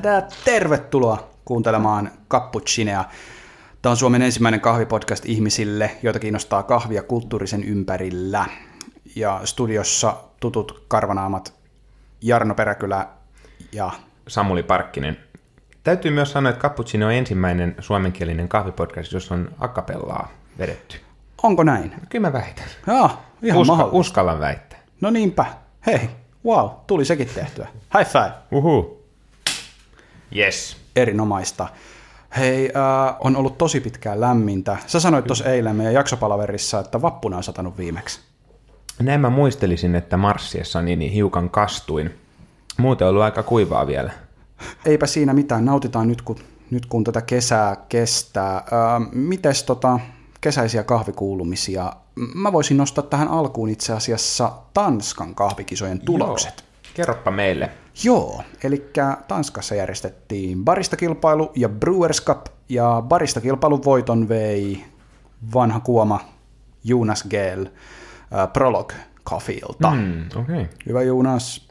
Tervetuloa kuuntelemaan Cappuccinea. Tämä on Suomen ensimmäinen kahvipodcast ihmisille, joita kiinnostaa kahvia kulttuurisen ympärillä. Ja studiossa tutut karvanaamat Jarno Peräkylä ja Samuli Parkkinen. Täytyy myös sanoa, että Cappuccino on ensimmäinen suomenkielinen kahvipodcast, jossa on a cappellaa vedetty. Onko näin? Kyllä mä väitän. Ihan mahdollista. Uskallan väittää. No niinpä. Hei, wow, tuli sekin tehtyä. High five. Yes. Erinomaista. Hei, on ollut tosi pitkään lämmintä. Sä sanoit tuossa eilen meidän jaksopalaverissa, että vappuna on satanut viimeksi. Näin mä muistelisin, että marssiessani niin hiukan kastuin. Muuten on ollut aika kuivaa vielä. Eipä siinä mitään. Nautitaan nyt kun tätä kesää kestää. Mites kesäisiä kahvikuulumisia? Mä voisin nostaa tähän alkuun itse asiassa Tanskan kahvikisojen tulokset. Joo. Kerroppa meille. Joo, eli Tanskassa järjestettiin baristakilpailu ja Brewers Cup, ja baristakilpailun voiton vei vanha kuoma Jonas Gel Prolog Coffeelta. Okay. Hyvä Jonas.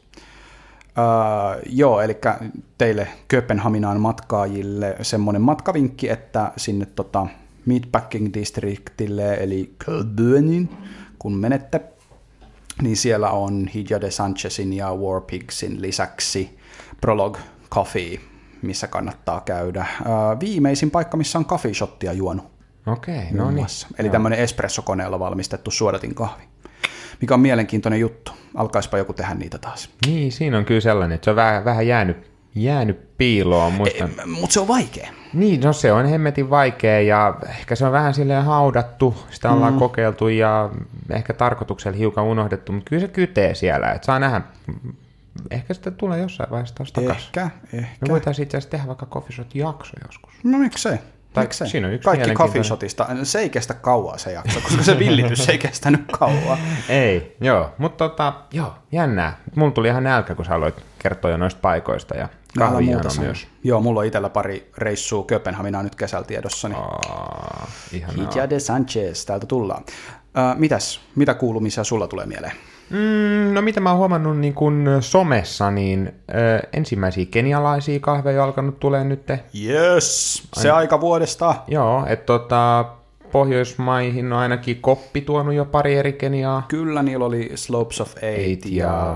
Joo, eli teille Kööpenhaminaan matkaajille semmoinen matkavinkki, että sinne Meatpacking Districtille, eli Kölbönin, kun menette, niin siellä on Hidja de Sanchezin ja War Pigsin lisäksi Prolog Coffee, missä kannattaa käydä. Viimeisin paikka, missä on coffeeshottia juonut. Okei, no niin. Eli tämmöinen espressokoneella valmistettu suodatinkahvi, mikä on mielenkiintoinen juttu. Alkaispa joku tehdä niitä taas. Niin, siinä on kyllä sellainen, että se on vähän jäänyt piiloon. Mutta se on vaikea. Niin, no se on hemmetin vaikea ja ehkä se on vähän silleen haudattu, sitä ollaan kokeiltu ja ehkä tarkoituksella hiukan unohdettu, mutta kyllä se kytee siellä, että saa nähdä, ehkä sitä tulee jossain vaiheessa taas takaisin. Ehkä. Me voitaisiin itse asiassa tehdä vaikka Coffee Shot-jakso joskus. No miksei? Siinä on yksi kaikki Coffee Shotista, se ei kestä kauaa se jakso, koska se villitys ei kestänyt kauaa. Ei, joo, mutta jännää. Mulla tuli ihan nälkä, kun sä aloit kertoa jo noista paikoista ja kahvijano myös. Joo, mulla on itsellä pari reissua Kööpenhaminaa nyt kesällä tiedossani. Ihanaa. Hidja de Sanchez, täältä tullaan. Mitä kuulumisia sulla tulee mieleen? No mitä mä oon huomannut niin kun somessa, niin ensimmäisiä kenialaisia kahveja on alkanut tulemaan nyt. Yes, se aika vuodesta. Joo, että Pohjoismaihin on ainakin Koppi tuonut jo pari eri Keniaa. Kyllä, niillä oli Slopes of Eight ja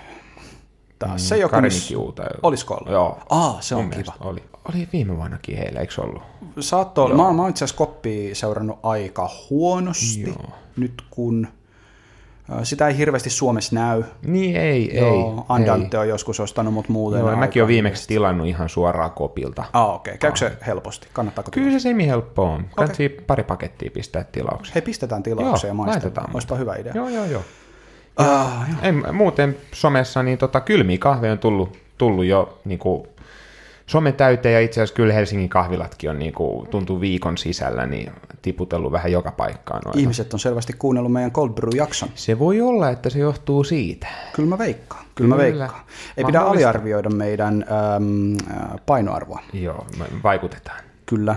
taas se joku, olisiko ollut? Joo. Se on kiva. Oli viime vuonnakin heillä, eikö ollut? Saattoi olla. Mä oon itse asiassa Koppia seurannut aika huonosti, nyt kun sitä ei hirveästi Suomessa näy. Niin ei. Andante on joskus ostanut, mutta muuten. Joo, mäkin olen viimeksi tilannut ihan suoraan Kopilta. Okei. Käykö se helposti? Kannattaako Kyllä se semi-helppoa on. Kannattaa pari pakettia pistää tilaukseen. Hei, pistetään tilaukseen ja maistetaan. Olisipa hyvä idea. Joo. Muuten somessa niin kylmiä kahveja on tullut jo niinku somen täyteen, ja itse asiassa kyllä Helsingin kahvilatkin on niinku, tuntuu viikon sisällä niin tiputellut vähän joka paikkaan. Ihmiset on selvästi kuunnellut meidän Cold Brew-jakson. Se voi olla, että se johtuu siitä. Kyllä mä veikkaan. Ei pidä aliarvioida meidän painoarvoa. Joo, vaikutetaan. Kyllä.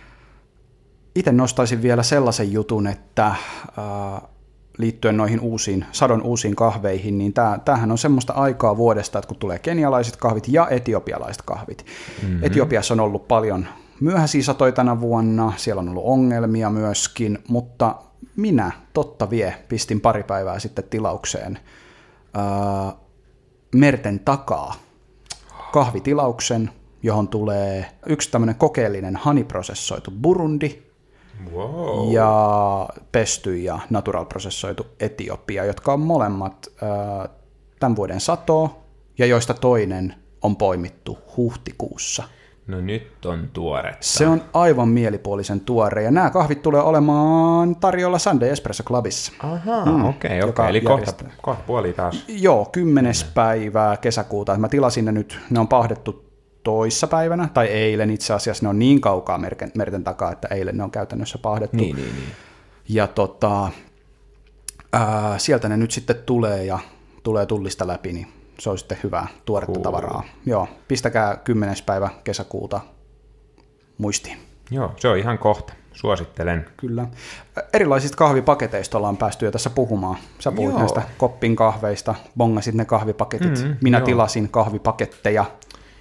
Itse nostaisin vielä sellaisen jutun, että liittyen noihin sadon uusiin kahveihin, niin tämähän on semmoista aikaa vuodesta, että kun tulee kenialaiset kahvit ja etiopialaiset kahvit. Etiopiassa on ollut paljon myöhäisiä satoja tänä vuonna, siellä on ollut ongelmia myöskin, mutta minä totta vie pistin pari päivää sitten tilaukseen merten takaa kahvitilauksen, johon tulee yksi tämmöinen kokeellinen haniprosessoitu Burundi, wow, ja pesty ja natural-prosessoitu Etiopia, jotka on molemmat tämän vuoden satoa, ja joista toinen on poimittu huhtikuussa. No nyt on tuoretta. Se on aivan mielipuolisen tuore, ja nämä kahvit tulee olemaan tarjolla Sunday Espresso Clubissa. Okei. Eli kohta puoli taas. Joo, 10. päivää kesäkuuta. Mä tilasin ne nyt, ne on pahdettu toissapäivänä, tai eilen itse asiassa, ne on niin kaukaa merten takaa, että eilen ne on käytännössä pahdettu. Niin. Ja sieltä ne nyt sitten tulee tullista läpi, niin se on sitten hyvää tuoretta tavaraa. Joo, pistäkää 10. päivä kesäkuuta muistiin. Joo, se on ihan kohta. Suosittelen. Kyllä. Erilaisista kahvipaketeista ollaan päästy jo tässä puhumaan. Sä puhuit näistä Koppin kahveista, bongasit ne kahvipaketit. Minä tilasin kahvipaketteja.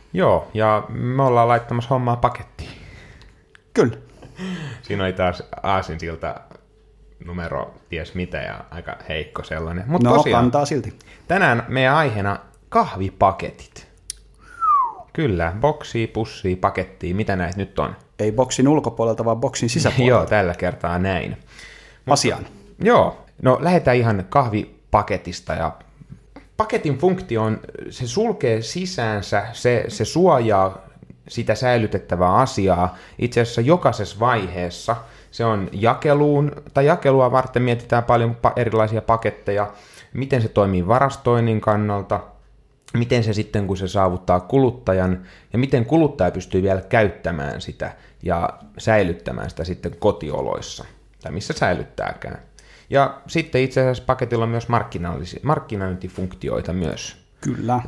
Joo, ja me ollaan laittamassa hommaa pakettiin. Kyllä. Siinä oli taas aasinsilta numero ties mitä ja aika heikko sellainen. No, tosiaan, kantaa silti. Tänään meidän aiheena kahvipaketit. Kyllä, boksia, pussia, pakettia, mitä näitä nyt on? Ei boksin ulkopuolelta, vaan boksin sisäpuolelta. Joo, tällä kertaa näin. Asiaan. Joo, no lähdetään ihan kahvipaketista ja paketin funktio on, se sulkee sisäänsä, se suojaa sitä säilytettävää asiaa itse asiassa jokaisessa vaiheessa. Se on jakelua varten mietitään paljon erilaisia paketteja, miten se toimii varastoinnin kannalta, miten se sitten kun se saavuttaa kuluttajan ja miten kuluttaja pystyy vielä käyttämään sitä ja säilyttämään sitä sitten kotioloissa tai missä säilyttääkään. Ja sitten itse asiassa paketilla on myös markkinointifunktioita myös. Kyllä.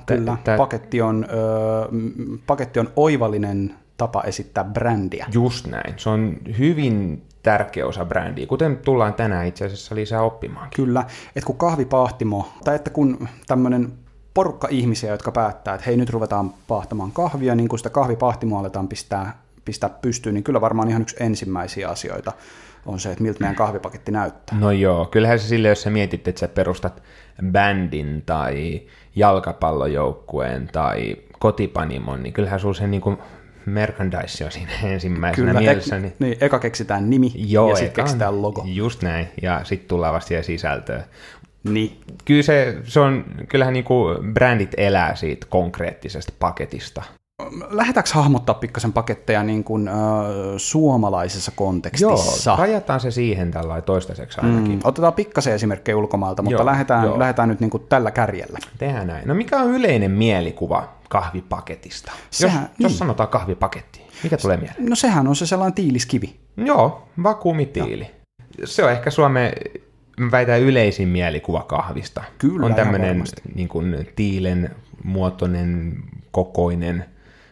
Paketti on oivallinen tapa esittää brändiä. Just näin. Se on hyvin tärkeä osa brändiä, kuten tullaan tänään itse asiassa lisää oppimaan. Kyllä, että kun kahvipahtimo, tai että kun tämmöinen porukka ihmisiä, jotka päättää, että hei nyt ruvetaan pahtamaan kahvia, niin kun sitä kahvipahtimoa aletaan pistää pystyyn, niin kyllä varmaan ihan yksi ensimmäisiä asioita on se, että miltä meidän kahvipaketti näyttää. No joo, kyllähän se silleen, jos sä mietit, että sä perustat bändin tai jalkapallojoukkueen tai kotipanimon, niin kyllähän sulla se niinku merchandise on siinä ensimmäisenä mielessä. Niin, eka keksitään nimi ja sitten keksitään logo. Just näin, ja sitten tullaan vasta siihen sisältöön. Niin. Kyllä kyllähän niinku brändit elää siitä konkreettisesta paketista. Lähdetäänkö hahmottaa pikkasen paketteja niin kuin, suomalaisessa kontekstissa? Joo, rajataan se siihen tällä toistaiseksi ainakin. Otetaan pikkasen esimerkkejä ulkomailta, mutta lähdetään nyt niin kuin tällä kärjellä. Tehdään näin. No mikä on yleinen mielikuva kahvipaketista? Jos sanotaan kahvipaketti, mikä tulee mieleen? No sehän on se sellainen tiiliskivi. Joo, vakuumitiili. Se on ehkä Suomen, väitän, yleisin mielikuva kahvista. Kyllä, on tämmöinen niin kuin tiilen muotoinen, kokoinen,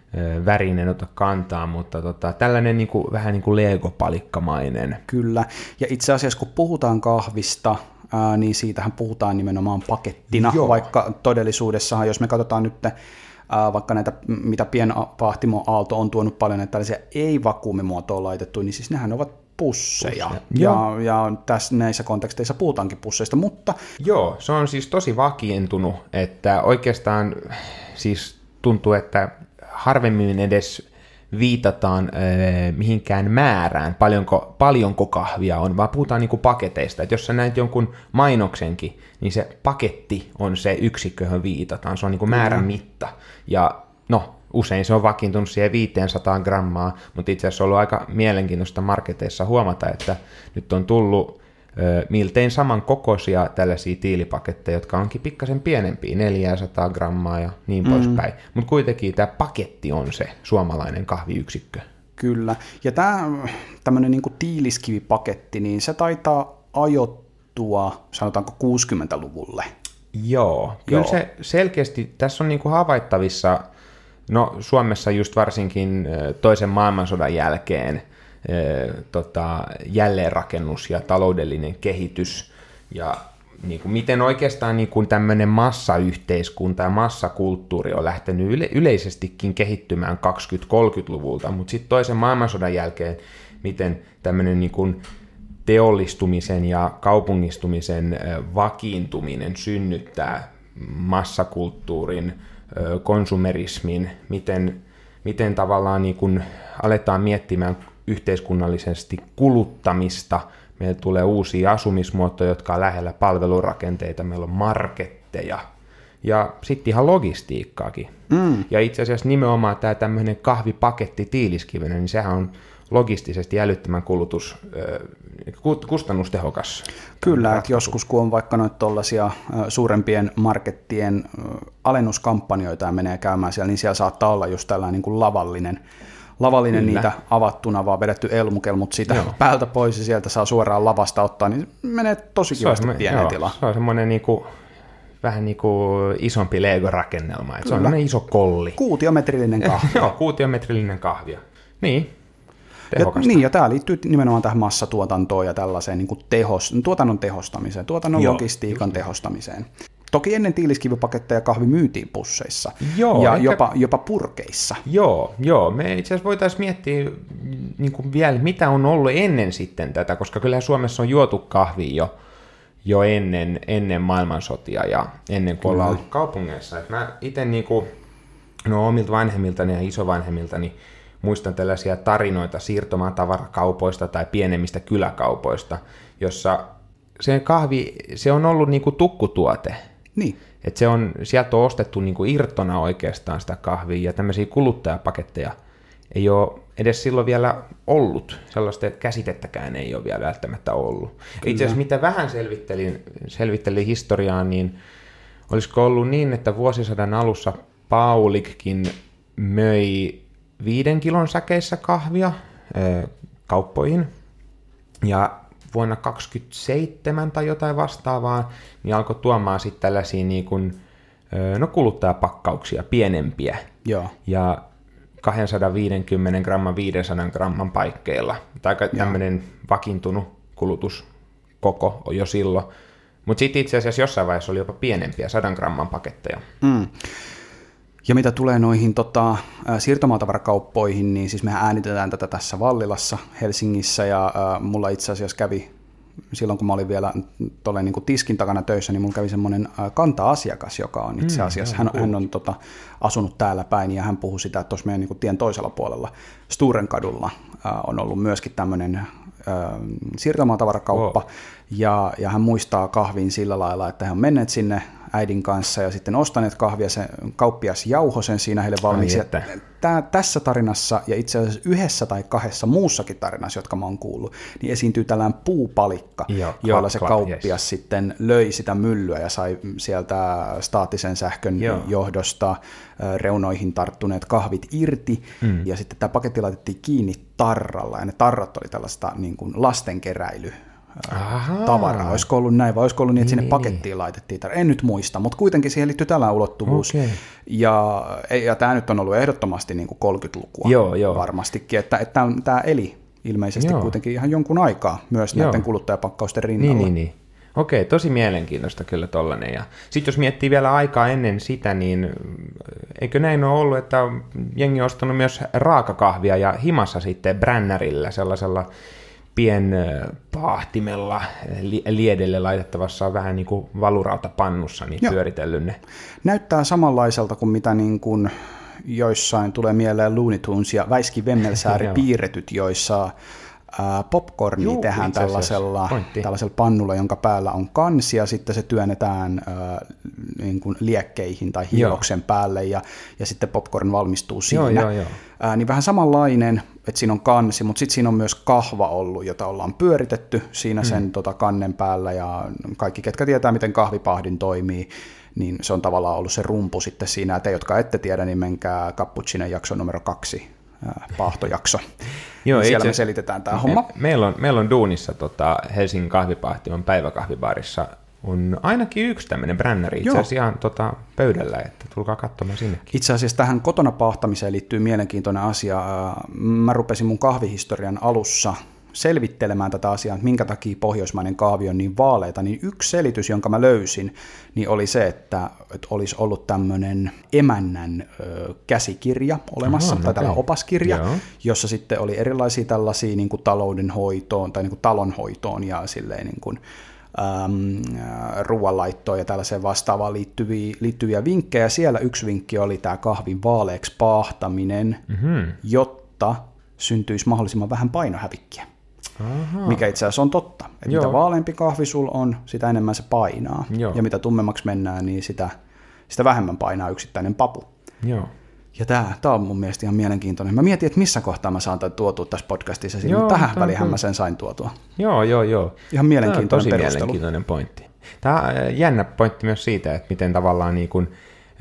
värinen ota kantaa, mutta tällainen niin kuin, vähän niin kuin Lego-palikkamainen. Kyllä, ja itse asiassa kun puhutaan kahvista, niin siitähän puhutaan nimenomaan pakettina, vaikka todellisuudessahan, jos me katsotaan nyt vaikka näitä, mitä pienpahtimo Aalto on tuonut paljon, näitä tällaisia ei-vakuumimuotoon laitettuja, niin siis nehän ovat pusseja. Ja tässä näissä konteksteissa puhutaankin pusseista, mutta... Joo, se on siis tosi vakiintunut, että oikeastaan siis tuntuu, että harvemmin edes viitataan mihinkään määrään, paljonko kahvia on, vaan puhutaan niin kuin paketeista. Että jos sä näet jonkun mainoksenkin, niin se paketti on se yksikkö, johon viitataan. Se on niin kuin määrän mitta. Ja no, usein se on vakiintunut siihen 500 grammaa, mutta itse asiassa on ollut aika mielenkiintoista marketeissa huomata, että nyt on tullut miltein samankokoisia tällaisia tiilipaketteja, jotka onkin pikkasen pienempiä, 400 grammaa ja niin poispäin. Mutta kuitenkin tämä paketti on se suomalainen kahviyksikkö. Kyllä. Ja tämä tämmöinen niinku tiiliskivipaketti, niin se taitaa ajoittua, sanotaanko 60-luvulle. Joo, kyllä se selkeästi, tässä on niinku havaittavissa, no Suomessa just varsinkin toisen maailmansodan jälkeen, jälleenrakennus ja taloudellinen kehitys ja niin kuin miten oikeastaan niin kuin tämmöinen massayhteiskunta ja massakulttuuri on lähtenyt yleisestikin kehittymään 20-30-luvulta, mutta sitten toisen maailmansodan jälkeen miten tämmöinen niin kuin teollistumisen ja kaupungistumisen vakiintuminen synnyttää massakulttuurin, konsumerismin, miten tavallaan niin kuin aletaan miettimään yhteiskunnallisesti kuluttamista. Meillä tulee uusia asumismuotoja, jotka on lähellä palvelurakenteita. Meillä on marketteja ja sitten ihan logistiikkaakin. Ja itse asiassa nimenomaan tämä tämmöinen kahvipaketti tiiliskivenä, niin sehän on logistisesti älyttömän kustannustehokas. Kyllä, että joskus kun on vaikka noita tuollaisia suurempien markettien alennuskampanjoita ja menee käymään siellä, niin siellä saattaa olla just tällainen niin kuin lavallinen niitä avattuna, vaan vedetty elmukelmut siitä päältä pois ja sieltä saa suoraan lavasta ottaa, niin menee tosi kivasti pieneen tilaan. Se on semmoinen niinku, vähän niin kuin isompi Lego-rakennelma, että se on semmoinen iso kolli. Kuutiometrillinen kahvia. Joo, kuutiometrillinen kahvia. Niin, tehokasta. Ja tämä liittyy nimenomaan tähän massatuotantoon ja tällaiseen niin kuin tuotannon tehostamiseen, tuotannon logistiikan tehostamiseen. Toki ennen tiiliskivipaketteja kahvi myytiin pusseissa ja jopa purkeissa. Joo. Me itse asiassa voitaisiin miettiä niin kuin vielä, mitä on ollut ennen sitten tätä, koska kyllähän Suomessa on juotu kahvia jo ennen maailmansotia ja ennen kuin ollaan ollut kaupungeissa. Et mä itse niin kuin, omilta vanhemmiltani ja isovanhemmiltani muistan tällaisia tarinoita siirtomaatavarakaupoista tai pienemmistä kyläkaupoista, jossa se kahvi, se on ollut niin kuin tukkutuote. Niin. Että sieltä on ostettu niin kuin irtona oikeastaan sitä kahvia, ja tämmöisiä kuluttajapaketteja ei ole edes silloin vielä ollut. Sellaista käsitettäkään ei ole vielä välttämättä ollut. Kyllä. Itse asiassa mitä vähän selvittelin historiaa, niin olisiko ollut niin, että vuosisadan alussa Paulikkin möi 5 kilon säkeissä kahvia kauppoihin, ja vuonna 1927 tai jotain vastaavaa, niin alkoi tuomaan sitten tällaisia niin kuin, kuluttajapakkauksia, pienempiä. Joo. Ja 250 gramman, 500 gramman paikkeilla. Aika tämmöinen vakiintunut kulutuskoko on jo silloin. Mutta sitten itse asiassa jossain vaiheessa oli jopa pienempiä, 100 gramman paketteja. Ja mitä tulee noihin siirtomaatavarakauppoihin, niin siis mehän äänitetään tätä tässä Vallilassa Helsingissä, ja mulla itse asiassa kävi, silloin kun mä olin vielä niin kuin tiskin takana töissä, niin mulla kävi semmoinen kanta-asiakas, joka on itse asiassa, hän on asunut täällä päin, ja hän puhui sitä, että tuossa meidän niin kuin tien toisella puolella Sturenkadulla on ollut myöskin tämmöinen siirtomaatavarakauppa, ja hän muistaa kahvin sillä lailla, että he on menneet sinne äidin kanssa ja sitten ostaneet kahvia, se kauppias jauho sen siinä heille valmiiksi. Tässä tarinassa ja itse asiassa 1 tai 2 muussakin tarinassa, jotka mä oon kuullut, niin esiintyy tällainen puupalikka, jolla se kauppias sitten löi sitä myllyä ja sai sieltä staattisen sähkön johdosta reunoihin tarttuneet kahvit irti, ja sitten tämä paketti laitettiin kiinni tarralla, ja ne tarrat oli tällaista niin kuin lastenkeräily tavaraa. Olisiko ollut näin, vai olisiko ollut niin, että sinne pakettiin laitettiin? En nyt muista, mutta kuitenkin siihen liittyy tällainen ulottuvuus. Okay. Ja tämä nyt on ollut ehdottomasti niin kuin 30-lukua varmastikin, että tämä eli ilmeisesti kuitenkin ihan jonkun aikaa myös näiden kuluttajapakkausten rinnalla. Niin. Okei, tosi mielenkiintoista kyllä tollainen. Ja sitten jos miettii vielä aikaa ennen sitä, niin eikö näin ole ollut, että jengi on ostanut myös raakakahvia ja himassa sitten brännärillä, sellaisella pienpaahtimella liedelle laitettavassa vähän niin kuin valurautapannussa, niin pyöritellyt ne. Näyttää samanlaiselta kuin mitä niin kuin joissain tulee mieleen Looney Tunes ja Väiski Vemmelsääri piirretyt, joissa popcornia tehdään tällaisella pannulla, jonka päällä on kansi, ja sitten se työnnetään niin kuin liekkeihin tai hiiloksen päälle, ja sitten popcorn valmistuu siinä. Niin vähän samanlainen, että siinä on kansi, mutta sitten siinä on myös kahva ollut, jota ollaan pyöritetty siinä sen kannen päällä, ja kaikki, ketkä tietää, miten kahvipahdin toimii, niin se on tavallaan ollut se rumpu sitten siinä, ja te, jotka ette tiedä, niin menkää Cappuccinen jakso numero 2, paahtojakso. Joo, siellä me selitetään tämä homma. Meillä on duunissa Helsingin kahvipahtion päiväkahvibaarissa on ainakin yksi tämmöinen brännäri itse asiassa ihan pöydällä, että tulkaa katsomaan sinnekin. Itse asiassa tähän kotona paahtamiseen liittyy mielenkiintoinen asia. Mä rupesin mun kahvihistorian alussa selvittelemään tätä asiaa, että minkä takia pohjoismainen kahvi on niin vaaleita, niin yksi selitys, jonka mä löysin, niin oli se, että olisi ollut tämmöinen emännän käsikirja olemassa, tai tällainen opaskirja, jossa sitten oli erilaisia tällaisia niin kuin taloudenhoitoon tai niin kuin talonhoitoon ja silleen niin kuin ruoanlaittoon ja tällaiseen vastaavaan liittyviä vinkkejä. Siellä yksi vinkki oli tämä kahvin vaaleeksi paahtaminen, jotta syntyisi mahdollisimman vähän painohävikkiä. Mikä itse asiassa on totta. Että mitä vaaleampi kahvi sul on, sitä enemmän se painaa. Ja mitä tummemmaksi mennään, niin sitä vähemmän painaa yksittäinen papu. Ja tämä on mun mielestä ihan mielenkiintoinen. Mä mietin, että missä kohtaa mä saan tuotua tässä podcastissa. Tähän väliinhän mä sen sain tuotua. Joo. Ihan mielenkiintoinen tosi perustelu. Mielenkiintoinen pointti. Tämä on jännä pointti myös siitä, että miten tavallaan niin kuin,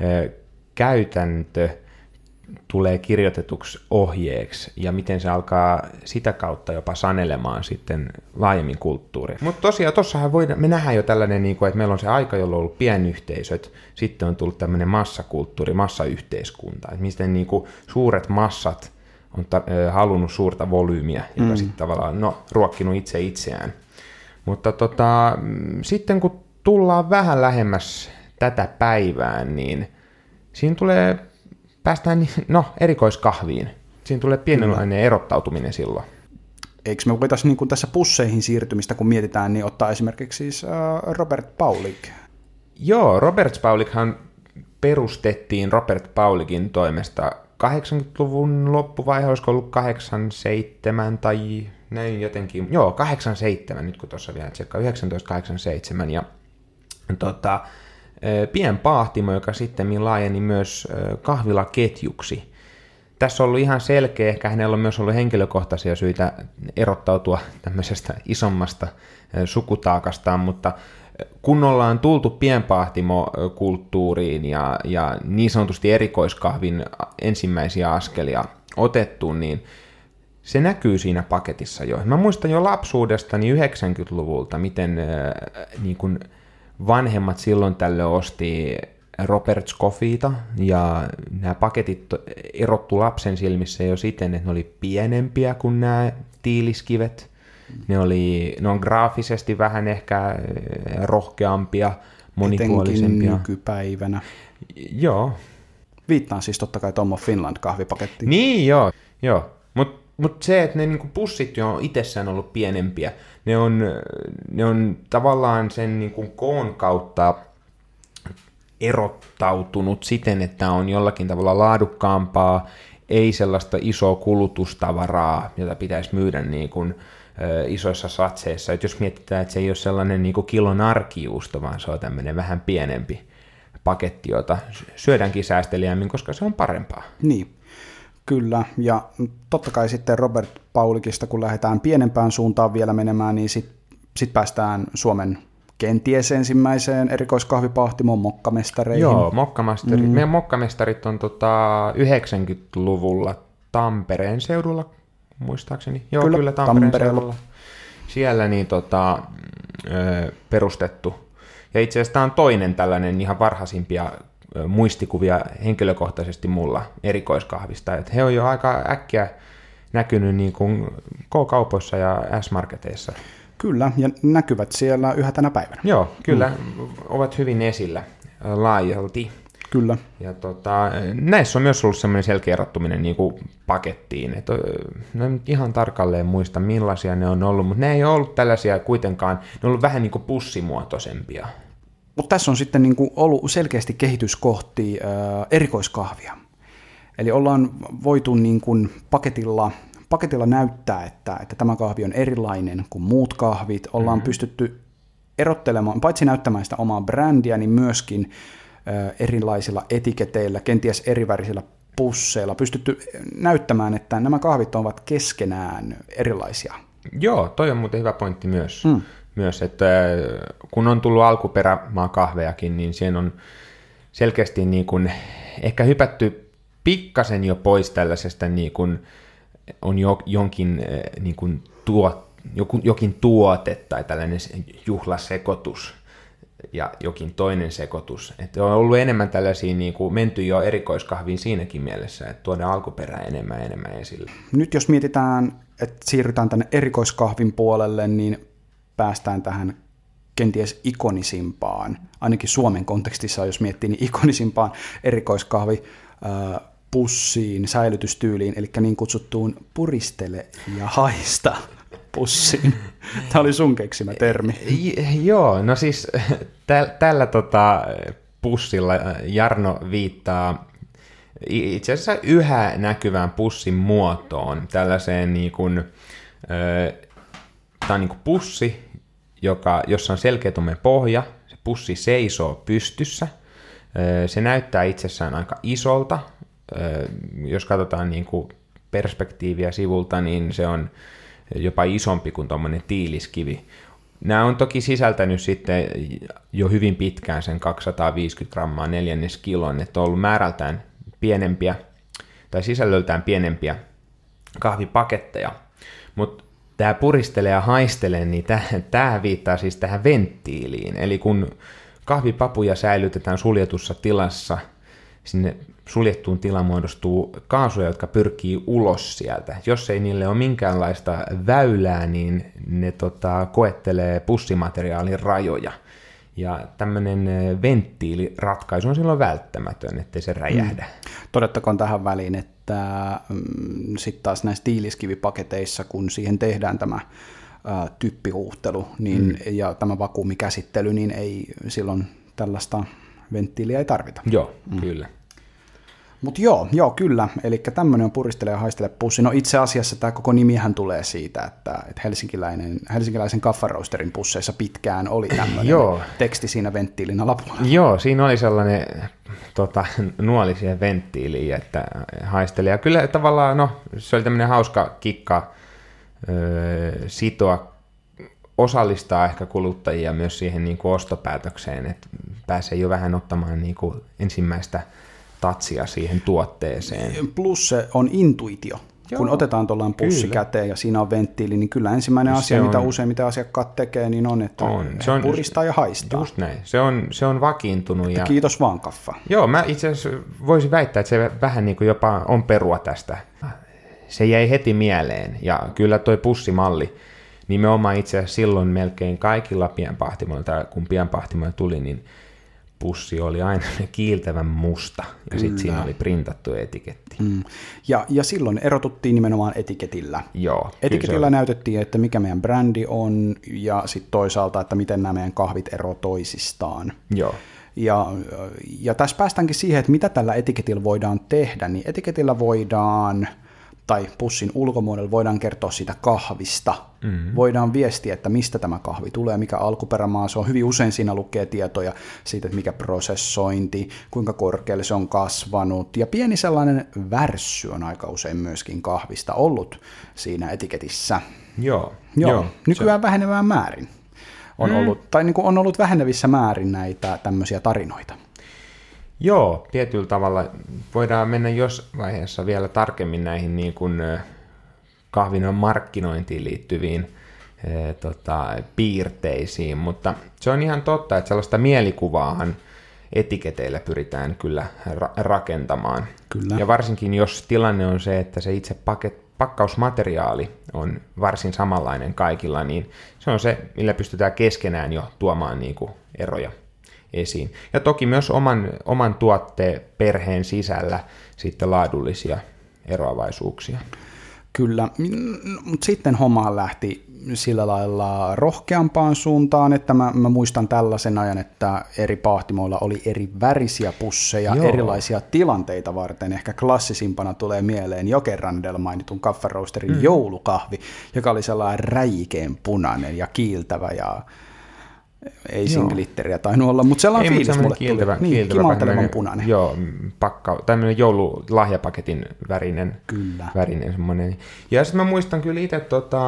käytäntö tulee kirjoitetuksi ohjeeksi ja miten se alkaa sitä kautta jopa sanelemaan sitten laajemmin kulttuuria. Mutta tosiaan tuossahan me nähdään jo tällainen, että meillä on se aika, jolloin on ollut pienyhteisöt, sitten on tullut tämmöinen massakulttuuri, massayhteiskunta, että miten suuret massat on halunnut suurta volyymiä, joka sitten tavallaan ruokkinut itseään. Mutta sitten kun tullaan vähän lähemmäs tätä päivää, niin siinä päästään erikoiskahviin. Siinä tulee pienenlainen erottautuminen silloin. Eikö me voitaisiin niin tässä pusseihin siirtymistä, kun mietitään, niin ottaa esimerkiksi siis Robert Paulig? Joo, Robert Paulighan perustettiin Robert Pauligin toimesta 80-luvun loppuvaihe, olisiko ollut 87 tai näin jotenkin, 87, nyt kun tuossa vielä tsekkaa, 1987, ja pienpahtimo, joka sitten laajeni myös kahvilaketjuksi. Tässä on ollut ihan selkeä, ehkä hänellä on myös ollut henkilökohtaisia syitä erottautua tämmöisestä isommasta sukutaakastaan, mutta kun ollaan tultu pienpahtimokulttuuriin ja niin sanotusti erikoiskahvin ensimmäisiä askelia otettu, niin se näkyy siinä paketissa jo. Mä muistan jo lapsuudestani 90-luvulta, miten niin kun vanhemmat silloin tällöin osti Robert Coffeeta, ja nämä paketit erottu lapsen silmissä jo siten, että ne oli pienempiä kuin nämä tiiliskivet. Ne on graafisesti vähän ehkä rohkeampia, monipuolisempia. Etenkin nykypäivänä. Joo. Viittaan siis totta kai Tom of Finland-kahvipakettiin. Niin, joo. Mutta se, että ne niinku pussit jo on itsessään ollut pienempiä, ne on tavallaan sen niinku koon kautta erottautunut siten, että on jollakin tavalla laadukkaampaa, ei sellaista isoa kulutustavaraa, jota pitäisi myydä niin kuin isoissa satseissa. Et jos mietitään, että se ei ole sellainen niin kuin kilon arkijuusto, vaan se on tämmöinen vähän pienempi paketti, jota syödäänkin säästeliämmin, koska se on parempaa. Niin, kyllä. Ja totta kai sitten Robert Pauligista, kun lähdetään pienempään suuntaan vielä menemään, niin sit päästään Suomen kenties ensimmäiseen erikoiskahvipahtimoon mokkamestareihin. Joo, meidän mokkamestarit on 90-luvulla Tampereen seudulla, muistaakseni. Joo, kyllä Tampereen seudulla. Siellä niin perustettu. Ja itse asiassa tämä on toinen tällainen ihan varhaisimpia muistikuvia henkilökohtaisesti mulla erikoiskahvista. Et he on jo aika äkkiä näkynyt niin kuin K-kaupoissa ja S-marketeissa. Kyllä, ja näkyvät siellä yhä tänä päivänä. Joo, kyllä, ovat hyvin esillä laajalti. Kyllä. Ja näissä on myös ollut semmoinen selkeä erottuminen niin kuin pakettiin. No en ihan tarkalleen muista, millaisia ne on ollut, mutta ne ei ole ollut tällaisia kuitenkaan, ne on ollut vähän niin kuin pussimuotoisempia. Mutta tässä on sitten niin kuin ollut selkeästi kehitys kohti erikoiskahvia. Eli ollaan voitu niin kuin paketilla näyttää, että tämä kahvi on erilainen kuin muut kahvit. Ollaan pystytty erottelemaan, paitsi näyttämään sitä omaa brändiä, niin myöskin erilaisilla etiketeillä, kenties erivärisillä pusseilla, pystytty näyttämään, että nämä kahvit ovat keskenään erilaisia. Joo, toi on muuten hyvä pointti myös. Myös, että kun on tullut alkuperämaa kahvejakin, niin siihen on selkeästi niin kuin ehkä hypätty pikkasen jo pois tällaisesta niin kuin on jonkin niin kuin jokin tuote tai tällainen juhlasekoitus ja jokin toinen sekoitus. Että on ollut enemmän tällaisia, niin kuin menty jo erikoiskahviin siinäkin mielessä, että tuodaan alkuperää enemmän esille. Nyt jos mietitään, että siirrytään tänne erikoiskahvin puolelle, niin päästään tähän kenties ikonisimpaan, ainakin Suomen kontekstissa, jos miettii, niin ikonisimpaan erikoiskahvi pussiin, säilytystyyliin, eli niin kutsuttuun puristele ja haista pussiin. Tämä oli sun keksimä termi. Joo, no siis tällä pussilla Jarno viittaa itse asiassa yhä näkyvään pussin muotoon, tällaiseen niin kuin, tämä on niin kuin pussi, jossa on selkeä pohja, se pussi seisoo pystyssä, se näyttää itsessään aika isolta, jos katsotaan niin kuin perspektiiviä sivulta, niin se on jopa isompi kuin tuommoinen tiiliskivi. Nämä on toki sisältänyt sitten jo hyvin pitkään sen 250 grammaa neljänneskilon, että on ollut määrältään pienempiä tai sisällöltään pienempiä kahvipaketteja, mutta tämä puristelee ja haistelee, niin tämä viittaa siis tähän venttiiliin, eli kun kahvipapuja säilytetään suljetussa tilassa, sinne suljettuun tilaan muodostuu kaasuja, jotka pyrkii ulos sieltä. Jos ei niille ole minkäänlaista väylää, niin ne koettelee pussimateriaalin rajoja. Ja tämmöinen venttiiliratkaisu on silloin välttämätön, ettei se räjähdä. Todettakoon tähän väliin, että sitten taas näissä tiiliskivipaketeissa, kun siihen tehdään tämä typpihuuhtelu ja tämä vakuumikäsittely, niin ei silloin tällaista venttiiliä ei tarvita. Joo, kyllä. Mutta joo, kyllä. Eli tämmöinen on puristele ja haistele pussi. No itse asiassa tämä koko nimihän tulee siitä, että helsinkiläisen kaffaroasterin pusseissa pitkään oli tämmöinen teksti siinä venttiilin alapuolella. Joo, siinä oli sellainen nuoli siihen venttiiliin, että haisteli. Ja kyllä tavallaan, se oli tämmöinen hauska kikka sitoa, osallistaa ehkä kuluttajia myös siihen niin kuin ostopäätökseen, että pääsee jo vähän ottamaan niin kuin ensimmäistä tatsia siihen tuotteeseen. Plus se on intuitio. Joo, kun otetaan tuollainen pussi käteen ja siinä on venttiili, niin kyllä ensimmäinen asia, mitä useimmiten asiakkaat tekee, niin on, että se puristaa ja haistaa. Just näin. Se on vakiintunut. Ja kiitos vaan, kaffa. Joo, mä itse asiassa voisin väittää, että se vähän niin kuin jopa on perua tästä. Se jäi heti mieleen, ja kyllä toi pussimalli, nimenomaan itse asiassa silloin melkein kaikilla pienpahtimoilla, kun pienpahtimoilla tuli, niin pussi oli aina kiiltävän musta, ja sitten siinä oli printattu etiketti. Ja silloin erotuttiin nimenomaan etiketillä. Joo, etiketillä näytettiin, että mikä meidän brändi on, ja sitten toisaalta, että miten nämä meidän kahvit eroavat toisistaan. Joo. Ja tässä päästäänkin siihen, että mitä tällä etiketillä voidaan tehdä, niin etiketillä voidaan, tai pussin ulkomuodolla voidaan kertoa siitä kahvista. Voidaan viestiä, että mistä tämä kahvi tulee, mikä alkuperämaa se on. Hyvin usein siinä lukee tietoja siitä, että mikä prosessointi, kuinka korkealle se on kasvanut. Ja pieni sellainen värssy on aika usein myöskin kahvista ollut siinä etiketissä. Joo. Nykyään vähenevään määrin on ollut, tai niin kuin on ollut vähenevissä määrin näitä tämmöisiä tarinoita. Joo, tietyllä tavalla voidaan mennä jos vaiheessa vielä tarkemmin näihin niin kuin kahvin markkinointiin liittyviin piirteisiin, mutta se on ihan totta, että sellaista mielikuvaahan etiketeillä pyritään kyllä rakentamaan. Kyllä. Ja varsinkin jos tilanne on se, että se itse pakkausmateriaali on varsin samanlainen kaikilla, niin se on se, millä pystytään keskenään jo tuomaan niin kuin eroja esiin. Ja toki myös oman tuotteen perheen sisällä sitten laadullisia eroavaisuuksia. Kyllä, mutta sitten homma lähti sillä lailla rohkeampaan suuntaan, että mä muistan tällaisen ajan, että eri pahtimoilla oli eri värisiä pusseja erilaisia tilanteita varten. Ehkä klassisimpana tulee mieleen Jokerandella mainitun kaffaroasterin joulukahvi, joka oli sellainen räikeän punainen ja kiiltävä ja ei singlitteriä tainnut olla, mutta sellainen fiilis mulle tuli. Kimaltelevan punainen. Joo, tämmöinen joululahjapaketin värinen semmoinen. Ja sitten mä muistan kyllä itse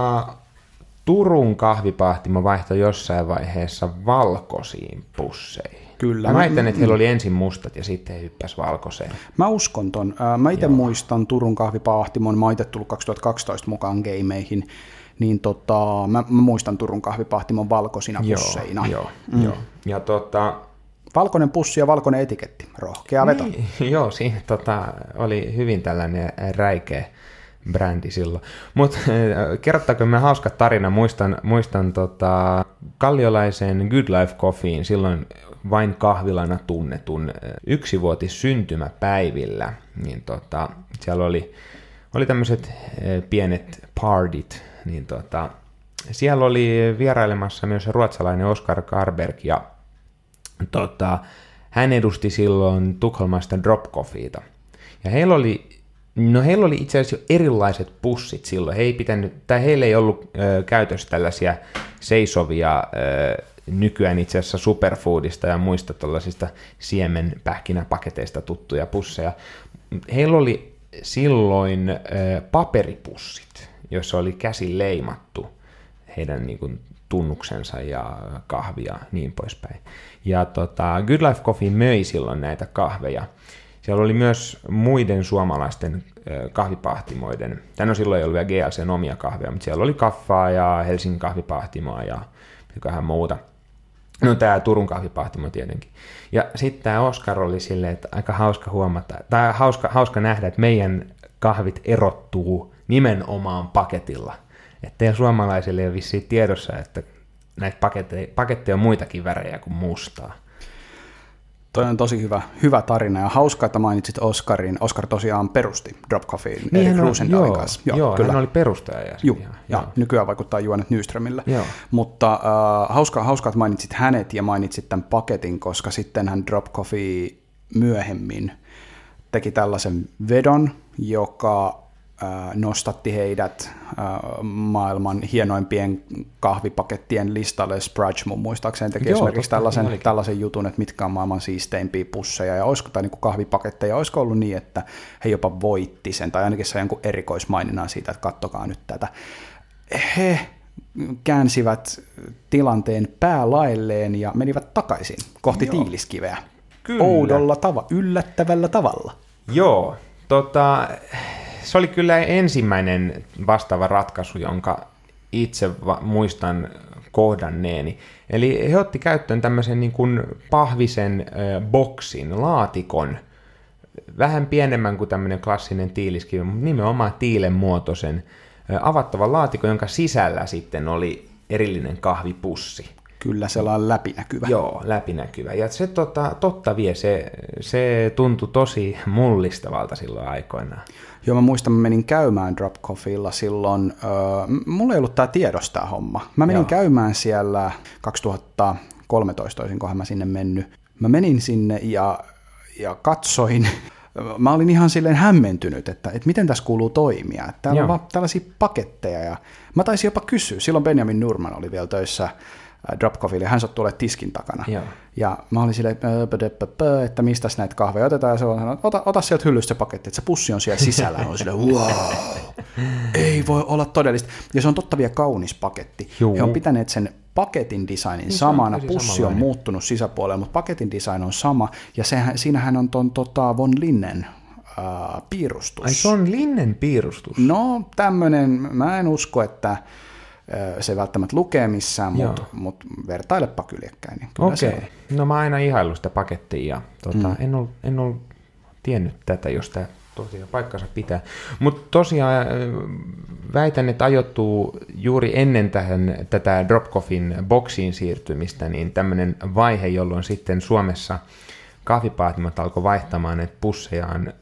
Turun kahvipahtimo vaihtoi jossain vaiheessa valkoisiin pusseihin. Kyllä. Mä väitän, että heillä oli ensin mustat ja sitten he hyppäsi valkoiseen. Mä uskon ton. Mä itse muistan Turun kahvipahtimon. Mä oon itse tullut 2012 mukaan gameihin. Niin mä muistan Turun kahvipahtimon valkoisina pusseina. Joo. Ja valkoinen pussi ja valkoinen etiketti. Rohkea veto. Joo, siinä oli hyvin tällainen räikeä brändi silloin. Mutta kerrottaako me hauska tarina, muistan kalliolaisen Good Life Coffeen silloin vain kahvilana tunnetun 1-vuotis syntymäpäivillä, niin siellä oli tämmöiset pienet partit, niin siellä oli vierailemassa myös ruotsalainen Oskar Karberg, ja hän edusti silloin Tukholmasta Drop Coffeeta. Ja heillä oli itse asiassa jo erilaiset pussit silloin. Heillä ei ollut käytössä tällaisia seisovia, nykyään itse asiassa Superfoodista ja muista tällaisista siemenpähkinäpaketeista tuttuja pusseja. Heillä oli silloin paperipussit, joissa oli käsin leimattu heidän niin kuin tunnuksensa ja kahvia niin poispäin. Ja Good Life Coffee möi silloin näitä kahveja. Siellä oli myös muiden suomalaisten kahvipahtimoiden, silloin ei ollut vielä GLCn omia kahveja, mutta siellä oli Kaffaa ja Helsingin kahvipahtimoa ja mikähän muuta. No tämä Turun kahvipahtimo tietenkin. Ja sitten tämä Oskar oli silleen, että aika hauska huomata, tai hauska nähdä, että meidän kahvit erottuu nimenomaan paketilla. Että teidän suomalaisille ei ole vissiin tiedossa, että näitä paketteja on muitakin värejä kuin mustaa. Toi on tosi hyvä tarina ja hauskaa, että mainitsit Oskarin. Oskar tosiaan perusti Drop Coffeen niin Erik Rosendalin kanssa. Joo, kyllä. Hän oli perustaja. Ja nykyään vaikuttaa Juanet Nyströmillä. Mutta hauskaa, että mainitsit hänet ja mainitsit tämän paketin, koska sitten hän Drop Coffee myöhemmin teki tällaisen vedon, joka nostatti heidät maailman hienoimpien kahvipakettien listalle. Sprudge mun muistaakseni teki esimerkiksi tällaisen jutun, että mitkä on maailman siisteimpiä pusseja ja tai niin kuin kahvipaketteja. Olisiko ollut niin, että he jopa voitti sen, tai ainakin sai jonkun erikoismaininnan siitä, että kattokaa nyt tätä. He käänsivät tilanteen päälailleen ja menivät takaisin kohti Tiiliskiveä. Kyllä. Oudolla yllättävällä tavalla. Joo, se oli kyllä ensimmäinen vastaava ratkaisu, jonka itse muistan kohdanneeni. Eli he otti käyttöön tämmöisen niin kuin pahvisen boksin, laatikon, vähän pienemmän kuin tämmöinen klassinen tiiliskivi, mutta nimenomaan tiilen muotoisen avattavan laatikon, jonka sisällä sitten oli erillinen kahvipussi. Kyllä, sellainen läpinäkyvä. Joo, läpinäkyvä. Ja se totta vie, se tuntui tosi mullistavalta silloin aikoinaan. Joo, mä muistan, mä menin käymään Drop Coffeella silloin, mulla ei ollut tää tiedossa tää homma. Mä menin käymään siellä 2013, olisinkohan mä sinne mennyt. Mä menin sinne ja katsoin, mä olin ihan silleen hämmentynyt, että miten tässä kuuluu toimia. Että täällä on vaan tällaisia paketteja ja mä taisin jopa kysyä, silloin Benjamin Nurman oli vielä töissä Drop Coffeella, ja hän sattui olemaan tiskin takana. Joo. Ja mä olin silleen, että mistäs näitä kahveja otetaan, ja se on ota sieltä hyllystä se paketti, että se pussi on siellä sisällä. Ja on silleen, wow, ei voi olla todellista. Ja se on totta vielä kaunis paketti. Juu. He on pitäneet sen paketin designin samana, pussi on muuttunut sisäpuolella, mutta paketin design on sama, ja siinähän on ton Von Linnen piirustus. Ai se on Linnen piirustus? No tämmönen, mä en usko, että se välttämättä lukee missään, mutta vertailepa kyljekkäin. Niin okei, no mä aina ihaillut sitä pakettia ja en ollut tiennyt tätä, jos tämä tosiaan paikkansa pitää. Mutta tosiaan väitän, että ajoittuu juuri ennen tätä Drop Coffeen boksiin siirtymistä, niin tämmöinen vaihe, jolloin sitten Suomessa kahvipaahtimat alkoi vaihtamaan näitä pussejaan